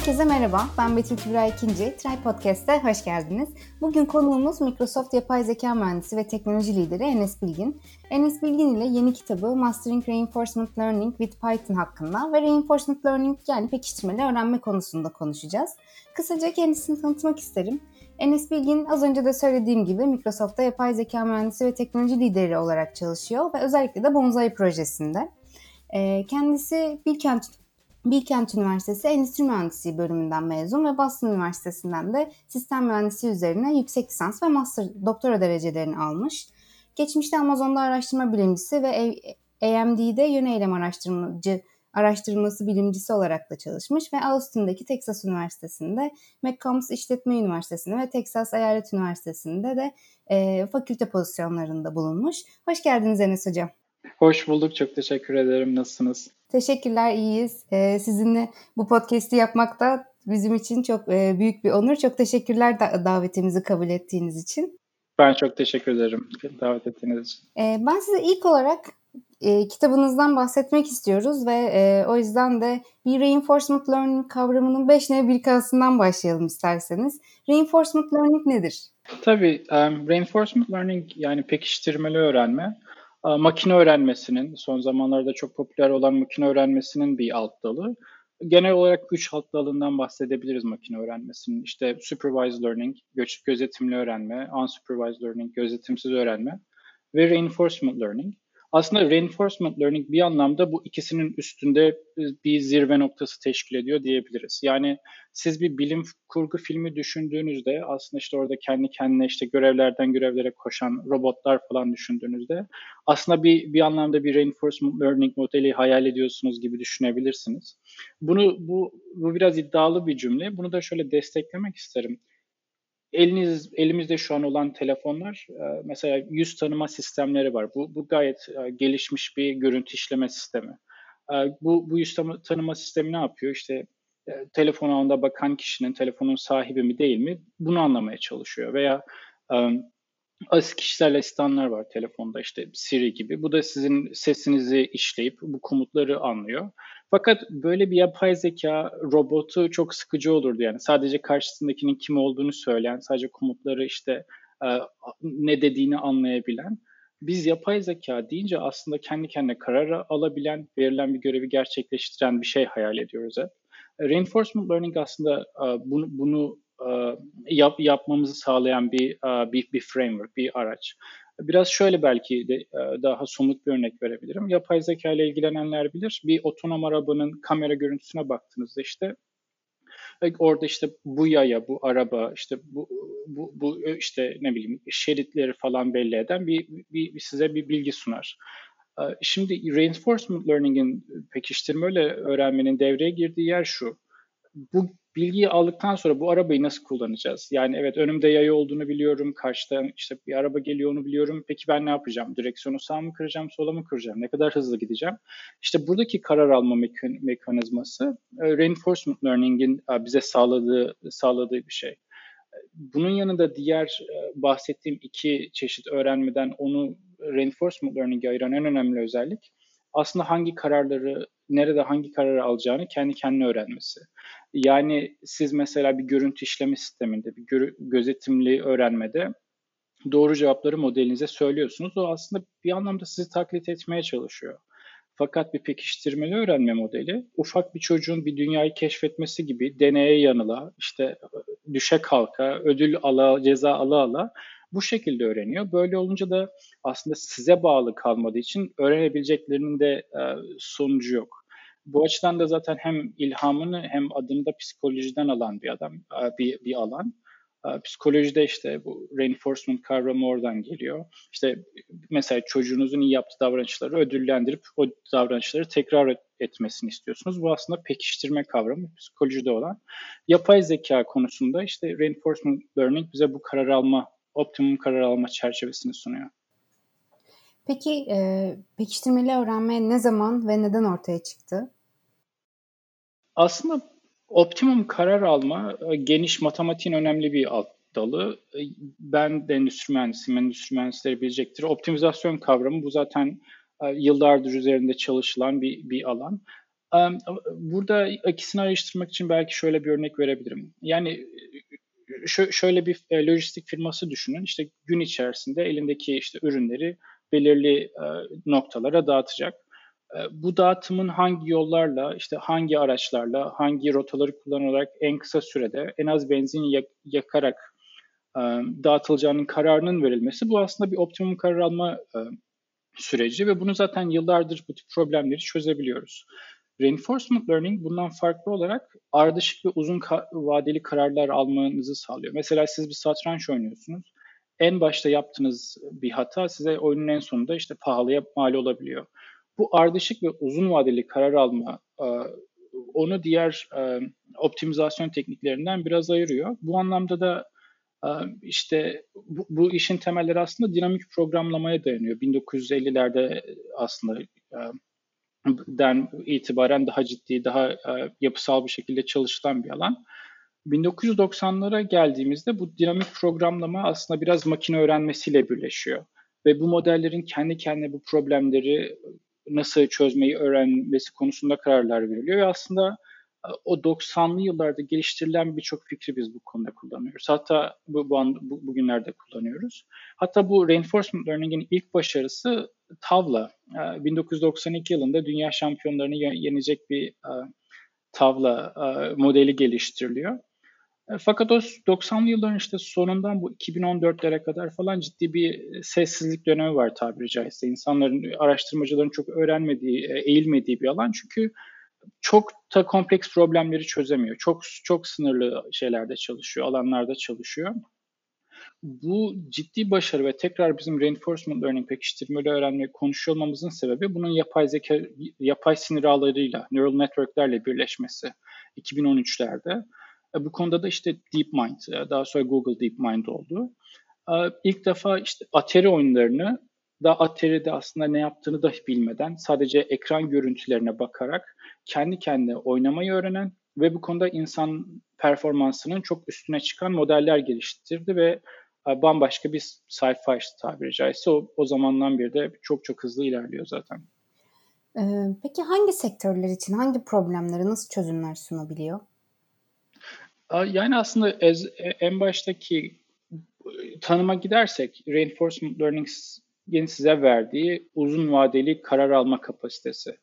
Herkese merhaba, ben Betül Kübra İkinci. Try Podcast'e hoş geldiniz. Bugün konuğumuz Microsoft Yapay Zeka Mühendisi ve Teknoloji Lideri Enes Bilgin. Enes Bilgin ile yeni kitabı Mastering Reinforcement Learning with Python hakkında ve Reinforcement Learning yani pekiştirmeli öğrenme konusunda konuşacağız. Kısaca kendisini tanıtmak isterim. Enes Bilgin az önce de söylediğim gibi Microsoft'ta Yapay Zeka Mühendisi ve Teknoloji Lideri olarak çalışıyor ve özellikle de Bonsai projesinde. Kendisi Bilkent Üniversitesi Endüstri Mühendisliği bölümünden mezun ve Boston Üniversitesi'nden de sistem mühendisliği üzerine yüksek lisans ve master doktora derecelerini almış. Geçmişte Amazon'da araştırma bilimcisi ve AMD'de yöneylem araştırması bilimcisi olarak da çalışmış ve Austin'daki Texas Üniversitesi'nde, McCombs İşletme Üniversitesi'nde ve Texas Eyalet Üniversitesi'nde de fakülte pozisyonlarında bulunmuş. Hoş geldiniz Enes Hocam. Hoş bulduk. Çok teşekkür ederim. Nasılsınız? Teşekkürler, iyiyiz. Sizinle bu podcast'i yapmak da bizim için çok büyük bir onur. Çok teşekkürler davetimizi kabul ettiğiniz için. Ben çok teşekkür ederim davet ettiğiniz için. Ben size ilk olarak kitabınızdan bahsetmek istiyoruz ve o yüzden de bir Reinforcement Learning kavramının 5 birikasından başlayalım isterseniz. Reinforcement Learning nedir? Tabii, Reinforcement Learning yani pekiştirmeli öğrenme. Makine öğrenmesinin, son zamanlarda çok popüler olan makine öğrenmesinin bir alt dalı. Genel olarak 3 alt dalından bahsedebiliriz makine öğrenmesinin. İşte Supervised Learning, gözetimli öğrenme, Unsupervised Learning, gözetimsiz öğrenme ve Reinforcement Learning. Aslında Reinforcement Learning bir anlamda bu ikisinin üstünde bir zirve noktası teşkil ediyor diyebiliriz. Yani siz bir bilim kurgu filmi düşündüğünüzde aslında işte orada kendi kendine işte görevlerden görevlere koşan robotlar falan düşündüğünüzde aslında bir anlamda bir Reinforcement Learning modeli hayal ediyorsunuz gibi düşünebilirsiniz. Bu biraz iddialı bir cümle. Bunu da şöyle desteklemek isterim. Elimizde şu an olan telefonlar mesela yüz tanıma sistemleri var. Bu gayet gelişmiş bir görüntü işleme sistemi. Bu yüz tanıma sistemi ne yapıyor? İşte telefon ağında bakan kişinin telefonun sahibi mi değil mi? Bunu anlamaya çalışıyor. Veya kişisel asistanlar var telefonda işte Siri gibi. Bu da sizin sesinizi işleyip bu komutları anlıyor. Fakat böyle bir yapay zeka robotu çok sıkıcı olurdu yani. Sadece karşısındakinin kim olduğunu söyleyen, sadece komutları işte ne dediğini anlayabilen. Biz yapay zeka deyince aslında kendi kendine karar alabilen, verilen bir görevi gerçekleştiren bir şey hayal ediyoruz hep. Reinforcement Learning aslında bunu yapmamızı sağlayan bir framework, bir araç. Biraz şöyle belki de daha somut bir örnek verebilirim. Yapay zeka ile ilgilenenler bilir. Bir otonom arabanın kamera görüntüsüne baktığınızda işte orada işte bu yaya, bu araba, işte bu işte ne bileyim şeritleri falan belli eden size bir bilgi sunar. Şimdi Reinforcement Learning'in pekiştirmeyle öğrenmenin devreye girdiği yer şu. Bu bilgiyi aldıktan sonra bu arabayı nasıl kullanacağız? Yani evet önümde yaya olduğunu biliyorum, karşıdan işte bir araba geliyor onu biliyorum. Peki ben ne yapacağım? Direksiyonu sağa mı kıracağım, sola mı kıracağım? Ne kadar hızlı gideceğim? İşte buradaki karar alma mekanizması Reinforcement Learning'in bize sağladığı bir şey. Bunun yanında diğer bahsettiğim iki çeşit öğrenmeden onu Reinforcement Learning'e ayıran en önemli özellik aslında nerede hangi kararı alacağını kendi kendine öğrenmesi. Yani siz mesela bir görüntü işleme sisteminde, bir gözetimli öğrenmede doğru cevapları modelinize söylüyorsunuz. O aslında bir anlamda sizi taklit etmeye çalışıyor. Fakat bir pekiştirmeli öğrenme modeli ufak bir çocuğun bir dünyayı keşfetmesi gibi deneye yanıla, işte düşe kalka, ödül ala, ceza ala bu şekilde öğreniyor. Böyle olunca da aslında size bağlı kalmadığı için öğrenebileceklerinin de sonucu yok. Bu açıdan da zaten hem ilhamını hem adını da psikolojiden alan bir alan. Psikolojide işte bu reinforcement kavramı oradan geliyor. İşte mesela çocuğunuzun iyi yaptığı davranışları ödüllendirip o davranışları tekrar etmesini istiyorsunuz. Bu aslında pekiştirme kavramı psikolojide olan. Yapay zeka konusunda işte reinforcement learning bize bu optimum karar alma çerçevesini sunuyor. Peki pekiştirmeli öğrenme ne zaman ve neden ortaya çıktı? Aslında optimum karar alma geniş matematiğin önemli bir alt dalı. Ben de endüstri mühendisiyim, endüstri mühendisleri bilecektir. Optimizasyon kavramı bu zaten yıllardır üzerinde çalışılan bir alan. Burada ikisini ayrıştırmak için belki şöyle bir örnek verebilirim. Yani şöyle bir lojistik firması düşünün. İşte gün içerisinde elindeki işte ürünleri belirli noktalara dağıtacak. Bu dağıtımın hangi yollarla, işte hangi araçlarla, hangi rotaları kullanarak en kısa sürede en az benzin yakarak dağıtılacağının kararının verilmesi, bu aslında bir optimum karar alma süreci ve bunu zaten yıllardır bu tip problemleri çözebiliyoruz. Reinforcement learning bundan farklı olarak ardışık ve uzun vadeli kararlar almanızı sağlıyor. Mesela siz bir satranç oynuyorsunuz. En başta yaptığınız bir hata size oyunun en sonunda işte pahalıya mal olabiliyor. Bu ardışık ve uzun vadeli karar alma onu diğer optimizasyon tekniklerinden biraz ayırıyor. Bu anlamda da işte bu işin temelleri aslında dinamik programlamaya dayanıyor. 1950'lerde aslında den itibaren daha ciddi, daha yapısal bir şekilde çalışılan bir alan. 1990'lara geldiğimizde bu dinamik programlama aslında biraz makine öğrenmesiyle birleşiyor. Ve bu modellerin kendi kendine bu problemleri nasıl çözmeyi öğrenmesi konusunda kararlar veriliyor. Ve aslında o 90'lı yıllarda geliştirilen birçok fikri biz bu konuda kullanıyoruz. Hatta bugünlerde kullanıyoruz. Hatta bu reinforcement learning'in ilk başarısı tavla. 1992 yılında dünya şampiyonlarını yenecek bir tavla modeli geliştiriliyor. Fakat o 90'lı yılların işte sonundan bu 2014'lere kadar falan ciddi bir sessizlik dönemi var tabiri caizse. İnsanların, araştırmacıların çok öğrenmediği, eğilmediği bir alan. Çünkü çok da kompleks problemleri çözemiyor. Çok sınırlı şeylerde çalışıyor, alanlarda çalışıyor. Bu ciddi başarı ve tekrar bizim reinforcement learning, pekiştirmeli öğrenme konuşuyor olmamızın sebebi bunun yapay sinir ağlarıyla, neural network'lerle birleşmesi 2013'lerde. Bu konuda da işte DeepMind, daha sonra Google DeepMind oldu. İlk defa işte Atari oyunlarını da Atari'de aslında ne yaptığını dahi bilmeden sadece ekran görüntülerine bakarak kendi kendine oynamayı öğrenen ve bu konuda insan performansının çok üstüne çıkan modeller geliştirdi ve bambaşka bir sayfa açtı tabiri caizse. O zamandan beri de çok hızlı ilerliyor zaten. Peki hangi sektörler için hangi problemlere nasıl çözümler sunabiliyor? Yani aslında en baştaki tanıma gidersek reinforcement learning'in size verdiği uzun vadeli karar alma kapasitesi.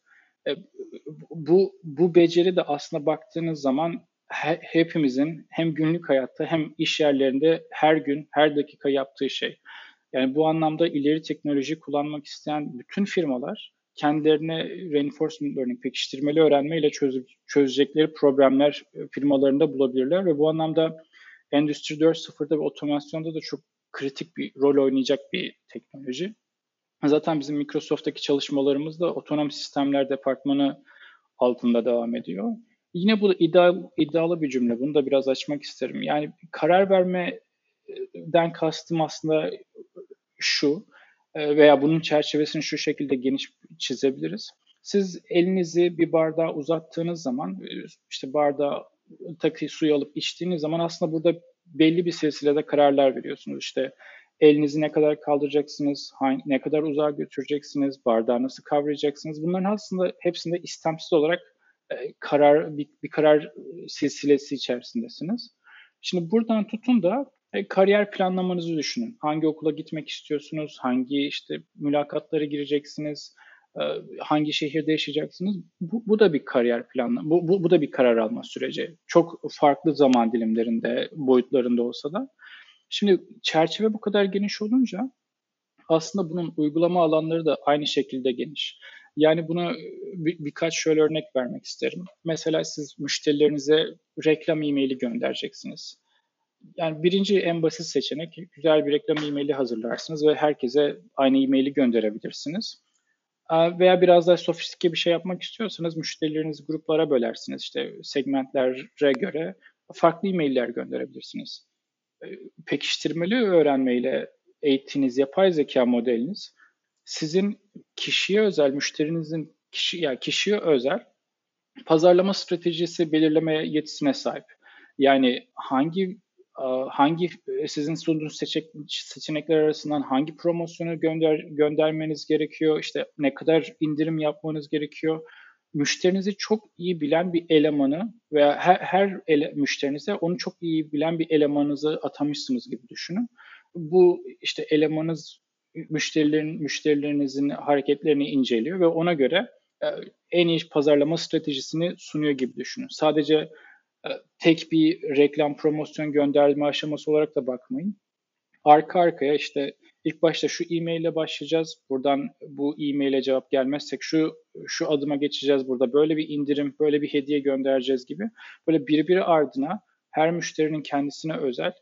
Bu beceri de aslında baktığınız zaman hepimizin hem günlük hayatta hem iş yerlerinde her gün, her dakika yaptığı şey. Yani bu anlamda ileri teknoloji kullanmak isteyen bütün firmalar kendilerine reinforcement learning, pekiştirmeli öğrenmeyle çözecekleri problemler firmalarında bulabilirler ve bu anlamda Endüstri 4.0'da ve otomasyonda da çok kritik bir rol oynayacak bir teknoloji. Zaten bizim Microsoft'taki çalışmalarımız da otonom sistemler departmanı altında devam ediyor. Yine bu iddialı bir cümle. Bunu da biraz açmak isterim. Yani karar vermeden kastım aslında şu veya bunun çerçevesini şu şekilde geniş çizebiliriz. Siz elinizi bir bardağa uzattığınız zaman işte bardağa suyu alıp içtiğiniz zaman aslında burada belli bir silsilede kararlar veriyorsunuz. İşte elinizi ne kadar kaldıracaksınız, ne kadar uzağa götüreceksiniz, bardağı nasıl kavrayacaksınız. Bunların aslında hepsinde istemsiz olarak bir karar silsilesi içerisindesiniz. Şimdi buradan tutun da kariyer planlamanızı düşünün. Hangi okula gitmek istiyorsunuz? Hangi işte mülakatlara gireceksiniz? Hangi şehirde yaşayacaksınız? Bu da bir kariyer planlama. Bu da bir karar alma süreci. Çok farklı zaman dilimlerinde, boyutlarında olsa da. Şimdi çerçeve bu kadar geniş olunca aslında bunun uygulama alanları da aynı şekilde geniş. Yani buna birkaç şöyle örnek vermek isterim. Mesela siz müşterilerinize reklam e-maili göndereceksiniz. Yani birinci en basit seçenek güzel bir reklam e-maili hazırlarsınız ve herkese aynı e-maili gönderebilirsiniz. Veya biraz daha sofistike bir şey yapmak istiyorsanız müşterilerinizi gruplara bölersiniz. İşte segmentlere göre farklı e-mailler gönderebilirsiniz. Pekiştirmeli öğrenmeyle eğittiğiniz yapay zeka modeliniz sizin kişiye özel, müşterinizin kişiye özel pazarlama stratejisi belirleme yetisine sahip. Yani hangi sizin sunduğunuz seçenekler arasından hangi promosyonu göndermeniz gerekiyor, işte ne kadar indirim yapmanız gerekiyor. müşterinizi çok iyi bilen bir elemanı veya müşterinize onu çok iyi bilen bir elemanınızı atamışsınız gibi düşünün. Bu işte elemanınız müşterilerinizin hareketlerini inceliyor ve ona göre e, en iyi pazarlama stratejisini sunuyor gibi düşünün. Sadece tek bir reklam promosyon gönderme aşaması olarak da bakmayın. Arka arkaya işte ilk başta şu e-mail ile başlayacağız. Buradan bu e-maile cevap gelmezsek şu adıma geçeceğiz. Burada böyle bir indirim, böyle bir hediye göndereceğiz gibi. Böyle birbiri ardına her müşterinin kendisine özel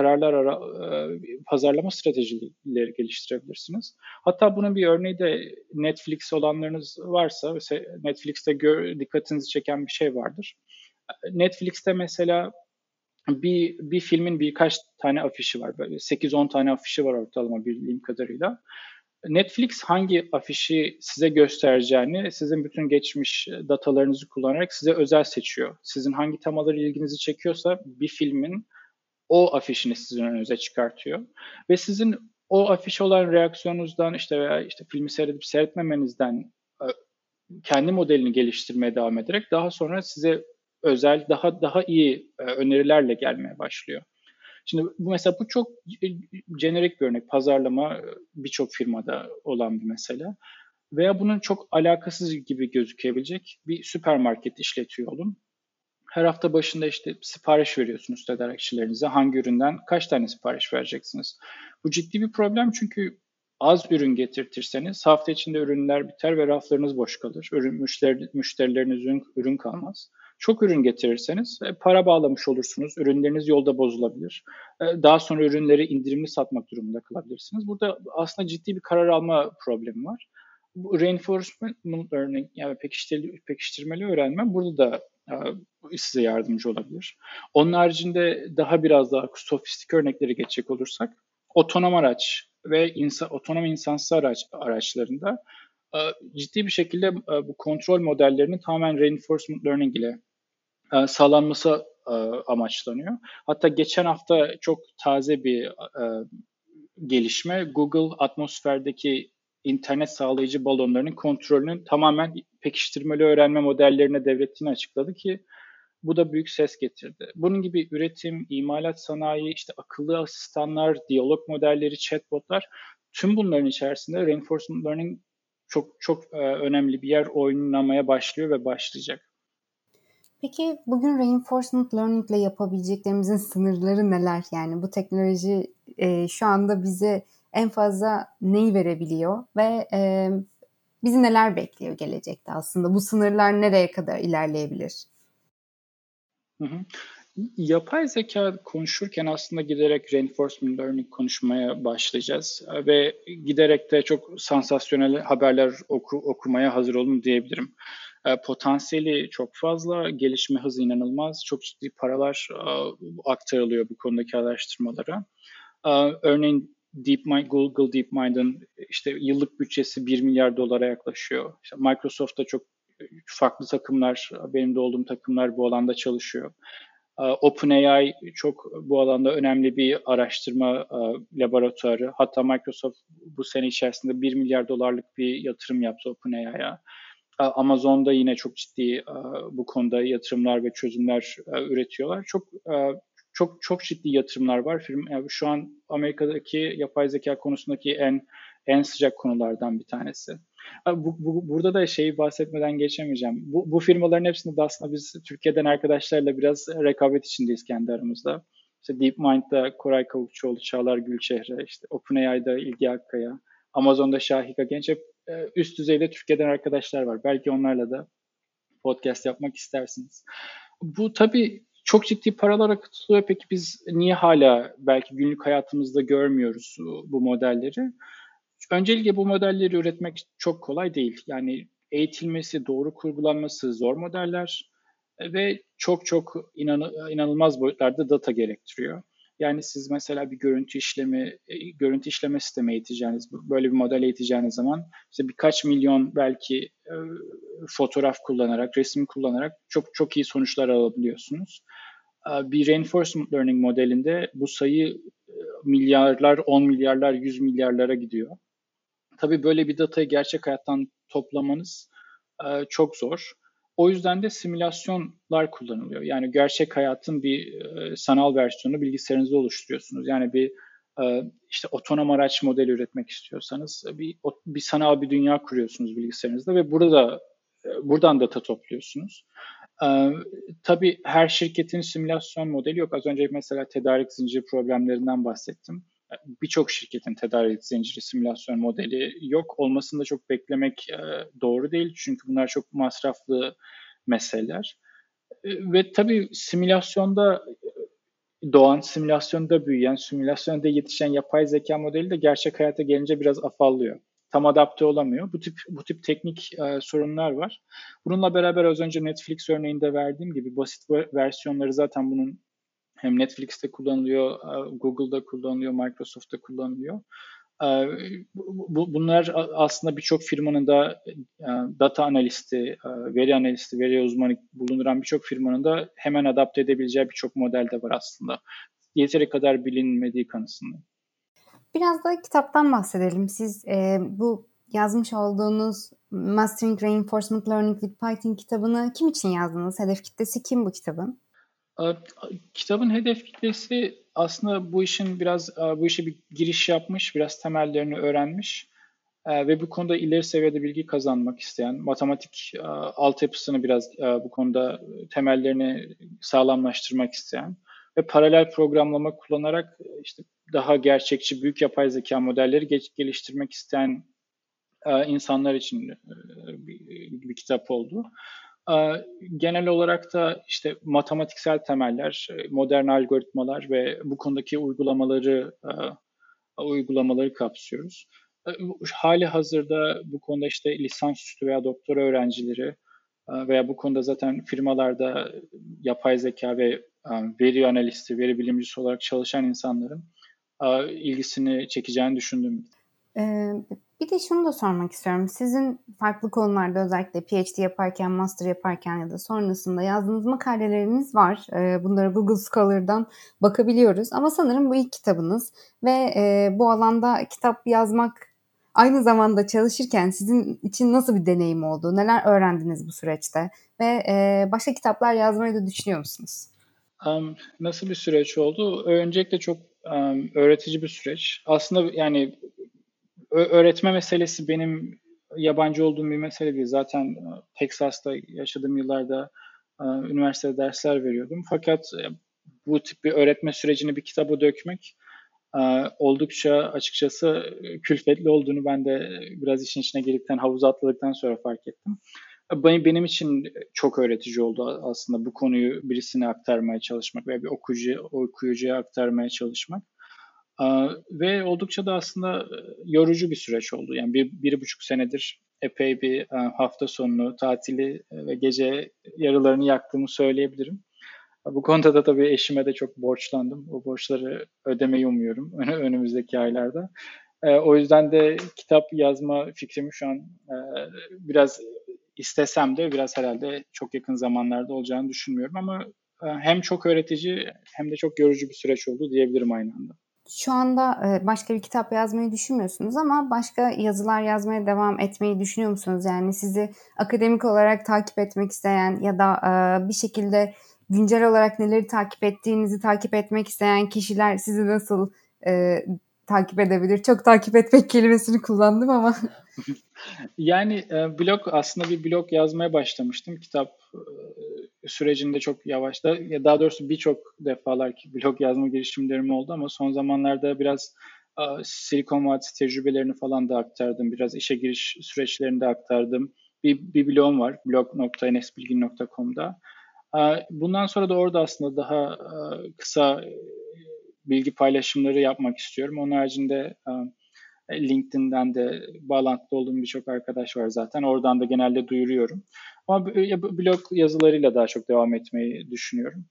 pazarlama stratejileri geliştirebilirsiniz. Hatta bunun bir örneği de Netflix olanlarınız varsa, Netflix'te dikkatinizi çeken bir şey vardır. Netflix'te mesela bir filmin birkaç tane afişi var. Böyle 8-10 tane afişi var ortalama bildiğim kadarıyla. Netflix hangi afişi size göstereceğini sizin bütün geçmiş datalarınızı kullanarak size özel seçiyor. Sizin hangi temalar ilginizi çekiyorsa bir filmin o afişini sizin önünüze çıkartıyor. Ve sizin o afiş olan reaksiyonunuzdan işte veya işte filmi seyredip seyretmemenizden kendi modelini geliştirmeye devam ederek daha sonra size özel daha iyi önerilerle gelmeye başlıyor. Şimdi bu çok jenerik bir örnek. Pazarlama birçok firmada olan bir mesele. Veya bunun çok alakasız gibi gözükebilecek bir süpermarket işletiyor olun. Her hafta başında işte sipariş veriyorsunuz tedarikçilerinize. Hangi üründen kaç tane sipariş vereceksiniz? Bu ciddi bir problem çünkü az ürün getirtirseniz hafta içinde ürünler biter ve raflarınız boş kalır. Müşterileriniz ürün kalmaz. Çok ürün getirirseniz para bağlamış olursunuz. Ürünleriniz yolda bozulabilir. Daha sonra ürünleri indirimli satmak durumunda kalabilirsiniz. Burada aslında ciddi bir karar alma problemi var. Bu reinforcement learning yani pekiştirmeli öğrenme burada da size yardımcı olabilir. Onun haricinde biraz daha sofistik örnekleri geçecek olursak otonom araç ve otonom insansız araçlarında ciddi bir şekilde bu kontrol modellerinin tamamen reinforcement learning ile sağlanması amaçlanıyor. Hatta geçen hafta çok taze bir gelişme Google atmosferdeki internet sağlayıcı balonlarının kontrolünün tamamen pekiştirmeli öğrenme modellerine devrettiğini açıkladı ki bu da büyük ses getirdi. Bunun gibi üretim, imalat sanayi, işte akıllı asistanlar, diyalog modelleri, chatbotlar tüm bunların içerisinde reinforcement learning çok önemli bir yer oynamaya başlıyor ve başlayacak. Peki bugün reinforcement learning ile yapabileceklerimizin sınırları neler? Yani bu teknoloji şu anda bize en fazla neyi verebiliyor ve bizi neler bekliyor gelecekte aslında? Bu sınırlar nereye kadar ilerleyebilir? Hı hı. Yapay zeka konuşurken aslında giderek reinforcement learning konuşmaya başlayacağız ve giderek de çok sansasyonel haberler okumaya hazır olun diyebilirim. Potansiyeli çok fazla, gelişme hızı inanılmaz, çok ciddi paralar aktarılıyor bu konudaki araştırmalara. Örneğin Google DeepMind'ın işte yıllık bütçesi 1 milyar dolara yaklaşıyor. İşte Microsoft'ta çok farklı takımlar, benim de olduğum takımlar bu alanda çalışıyor. OpenAI çok bu alanda önemli bir araştırma laboratuvarı. Hatta Microsoft bu sene içerisinde 1 milyar dolarlık bir yatırım yaptı OpenAI'ya. Amazon'da yine çok ciddi bu konuda yatırımlar ve çözümler üretiyorlar. Çok ciddi yatırımlar var. Yani şu an Amerika'daki yapay zeka konusundaki en sıcak konulardan bir tanesi. Burada da şeyi bahsetmeden geçemeyeceğim. Bu firmaların hepsinde de aslında biz Türkiye'den arkadaşlarla biraz rekabet içindeyiz kendi aramızda. İşte DeepMind'da Koray Kavukçuoğlu, Çağlar Gülçehre, işte OpenAI'da İlgi Akkaya, Amazon'da Şahika Genç hep üst düzeyde Türkiye'den arkadaşlar var. Belki onlarla da podcast yapmak istersiniz. Bu tabii çok ciddi paralar akıtılıyor. Peki biz niye hala belki günlük hayatımızda görmüyoruz bu modelleri? Öncelikle bu modelleri üretmek çok kolay değil. Yani eğitilmesi, doğru kurgulanması zor modeller ve çok inanılmaz boyutlarda data gerektiriyor. Yani siz mesela bir görüntü işleme sistemi eğiteceğiniz, böyle bir model eğiteceğiniz zaman işte birkaç milyon belki fotoğraf kullanarak, resim kullanarak çok iyi sonuçlar alabiliyorsunuz. Bir reinforcement learning modelinde bu sayı milyarlar, 10 milyarlar, 100 milyarlara gidiyor. Tabii böyle bir datayı gerçek hayattan toplamanız çok zor. O yüzden de simülasyonlar kullanılıyor. Yani gerçek hayatın bir sanal versiyonunu bilgisayarınızda oluşturuyorsunuz. Yani işte otonom araç modeli üretmek istiyorsanız bir sanal bir dünya kuruyorsunuz bilgisayarınızda ve buradan data topluyorsunuz. Ee, tabii her şirketin simülasyon modeli yok. Az önce mesela tedarik zinciri problemlerinden bahsettim. Birçok şirketin tedarik zinciri simülasyon modeli yok. Olmasını da çok beklemek doğru değil. Çünkü bunlar çok masraflı meseleler. Ve tabii simülasyonda doğan, simülasyonda büyüyen, simülasyonda yetişen yapay zeka modeli de gerçek hayata gelince biraz afallıyor. Tam adapte olamıyor. Bu tip teknik sorunlar var. Bununla beraber az önce Netflix örneğinde verdiğim gibi basit versiyonları zaten bunun hem Netflix'te kullanılıyor, Google'da kullanılıyor, Microsoft'ta kullanılıyor. E, Bunlar aslında birçok firmanın da data analisti, veri analisti, veri uzmanı bulunduran birçok firmanın da hemen adapte edebileceği birçok model de var aslında. Yeteri kadar bilinmediği kanısında. Biraz da kitaptan bahsedelim. Siz bu yazmış olduğunuz Mastering Reinforcement Learning with Python kitabını kim için yazdınız? Hedef kitlesi kim bu kitabın? Kitabın hedef kitlesi aslında bu işe bir giriş yapmış, biraz temellerini öğrenmiş ve bu konuda ileri seviyede bilgi kazanmak isteyen, matematik altyapısını biraz bu konuda temellerini sağlamlaştırmak isteyen ve paralel programlama kullanarak işte daha gerçekçi büyük yapay zeka modelleri geliştirmek isteyen insanlar için bir kitap oldu. Genel olarak da işte matematiksel temeller, modern algoritmalar ve bu konudaki uygulamaları kapsıyoruz. Hali hazırda bu konuda işte lisansüstü veya doktora öğrencileri veya bu konuda zaten firmalarda yapay zeka ve veri analisti, veri bilimcisi olarak çalışan insanların ilgisini çekeceğini düşündüm. Ee, Bir de şunu da sormak istiyorum. Sizin farklı konularda özellikle PhD yaparken, master yaparken ya da sonrasında yazdığınız makaleleriniz var. Bunları Google Scholar'dan bakabiliyoruz. Ama sanırım bu ilk kitabınız ve bu alanda kitap yazmak aynı zamanda çalışırken sizin için nasıl bir deneyim oldu? Neler öğrendiniz bu süreçte? Ve başka kitaplar yazmayı da düşünüyor musunuz? Nasıl bir süreç oldu? Öncelikle çok öğretici bir süreç. Aslında yani öğretme meselesi benim yabancı olduğum bir mesele değil. Zaten Texas'ta yaşadığım yıllarda üniversitede dersler veriyordum. Fakat bu tip bir öğretme sürecini bir kitaba dökmek oldukça açıkçası külfetli olduğunu ben de biraz işin içine girdikten, havuza atladıktan sonra fark ettim. Benim için çok öğretici oldu aslında bu konuyu birisine aktarmaya çalışmak veya bir okuyucuya aktarmaya çalışmak. Ve oldukça da aslında yorucu bir süreç oldu. Yani 1,5 senedir epey bir hafta sonunu, tatili ve gece yarılarını yaktığımı söyleyebilirim. Bu konuda da tabii eşime de çok borçlandım. O borçları ödemeyi umuyorum önümüzdeki aylarda. O yüzden de kitap yazma fikrimi şu an biraz istesem de biraz herhalde çok yakın zamanlarda olacağını düşünmüyorum. Ama hem çok öğretici hem de çok yorucu bir süreç oldu diyebilirim aynı anda. Şu anda başka bir kitap yazmayı düşünmüyorsunuz ama başka yazılar yazmaya devam etmeyi düşünüyor musunuz? Yani sizi akademik olarak takip etmek isteyen ya da bir şekilde güncel olarak neleri takip ettiğinizi takip etmek isteyen kişiler sizi nasıl takip edebilir? Çok takip etmek kelimesini kullandım ama. Yani aslında bir blog yazmaya başlamıştım. Kitap sürecinde çok yavaşta, ya daha doğrusu birçok defalar ki blog yazma girişimlerim oldu ama son zamanlarda biraz Silikon Vadisi tecrübelerini falan da aktardım. Biraz işe giriş süreçlerini de aktardım. Bir blogum var, blog.enesbilgin.com'da. Bundan sonra da orada aslında daha kısa bilgi paylaşımları yapmak istiyorum. Onun haricinde LinkedIn'den de bağlantılı olduğum birçok arkadaş var zaten. Oradan da genelde duyuruyorum. Ama blog yazılarıyla daha çok devam etmeyi düşünüyorum.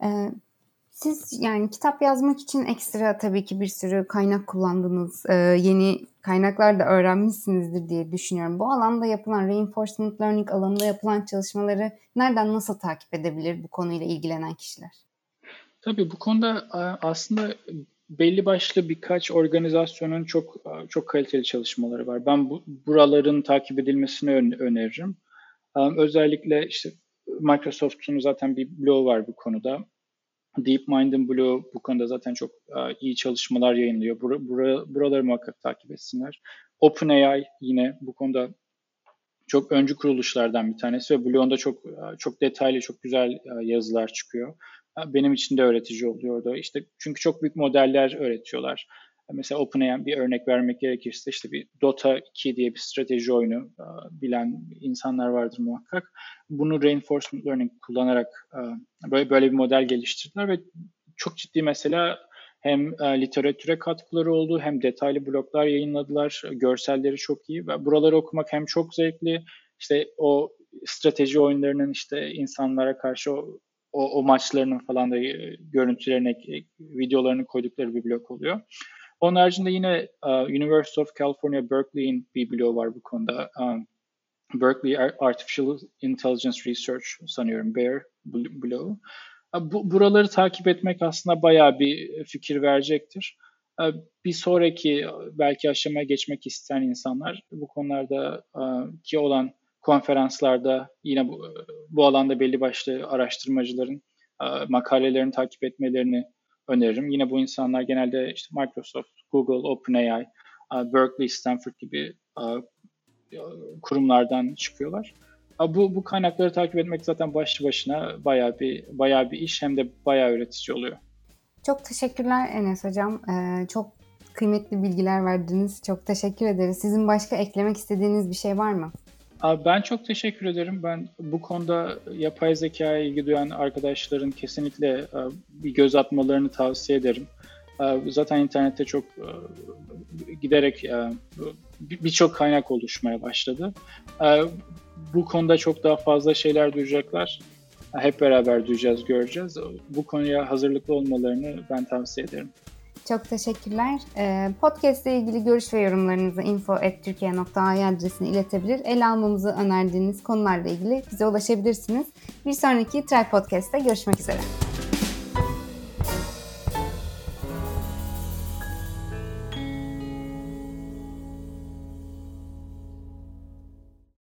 Siz yani kitap yazmak için ekstra tabii ki bir sürü kaynak kullandınız. Yeni kaynaklar da öğrenmişsinizdir diye düşünüyorum. Bu alanda yapılan reinforcement learning alanında yapılan çalışmaları nereden nasıl takip edebilir bu konuyla ilgilenen kişiler? Tabii bu konuda aslında belli başlı birkaç organizasyonun çok kaliteli çalışmaları var. Ben buraların takip edilmesini öneririm. Özellikle işte Microsoft'un zaten bir bloğu var bu konuda. DeepMind'in bloğu bu konuda zaten çok iyi çalışmalar yayınlıyor. Buraları muhakkak takip etsinler. OpenAI yine bu konuda çok öncü kuruluşlardan bir tanesi ve blogunda çok detaylı, çok güzel yazılar çıkıyor. Benim için de öğretici oluyor orada. İşte çünkü çok büyük modeller öğretiyorlar. Mesela OpenAI bir örnek vermek gerekirse işte bir Dota 2 diye bir strateji oyunu bilen insanlar vardır muhakkak. Bunu reinforcement learning kullanarak böyle bir model geliştirdiler ve çok ciddi mesela hem literatüre katkıları oldu hem detaylı bloglar yayınladılar. Görselleri çok iyi ve buraları okumak hem çok zevkli. İşte o strateji oyunlarının işte insanlara karşı o maçlarının falan da görüntülerini, videolarını koydukları bir blog oluyor. Onun haricinde yine University of California, Berkeley'in bir blogu var bu konuda. Berkeley Artificial Intelligence Research sanıyorum, BEAR blogu. Buraları takip etmek aslında bayağı bir fikir verecektir. Bir sonraki belki aşamaya geçmek isteyen insanlar bu konularda ki olan konferanslarda yine bu alanda belli başlı araştırmacıların makalelerini takip etmelerini öneririm. Yine bu insanlar genelde işte Microsoft, Google, OpenAI, Berkeley, Stanford gibi kurumlardan çıkıyorlar. Bu kaynakları takip etmek zaten başlı başına bayağı bir iş, hem de bayağı öğretici oluyor. Çok teşekkürler Enes Hocam. Çok kıymetli bilgiler verdiniz. Çok teşekkür ederiz. Sizin başka eklemek istediğiniz bir şey var mı? Ben çok teşekkür ederim. Ben bu konuda yapay zekaya ilgi duyan arkadaşların kesinlikle bir göz atmalarını tavsiye ederim. Zaten internette çok giderek birçok kaynak oluşmaya başladı. Bu konuda çok daha fazla şeyler duyacaklar. Hep beraber duyacağız, göreceğiz. Bu konuya hazırlıklı olmalarını ben tavsiye ederim. Çok teşekkürler. Podcast ile ilgili görüş ve yorumlarınızı info@turkiye.ai adresine iletebilir. Ele almamızı önerdiğiniz konularla ilgili bize ulaşabilirsiniz. Bir sonraki Try Podcast'te görüşmek üzere.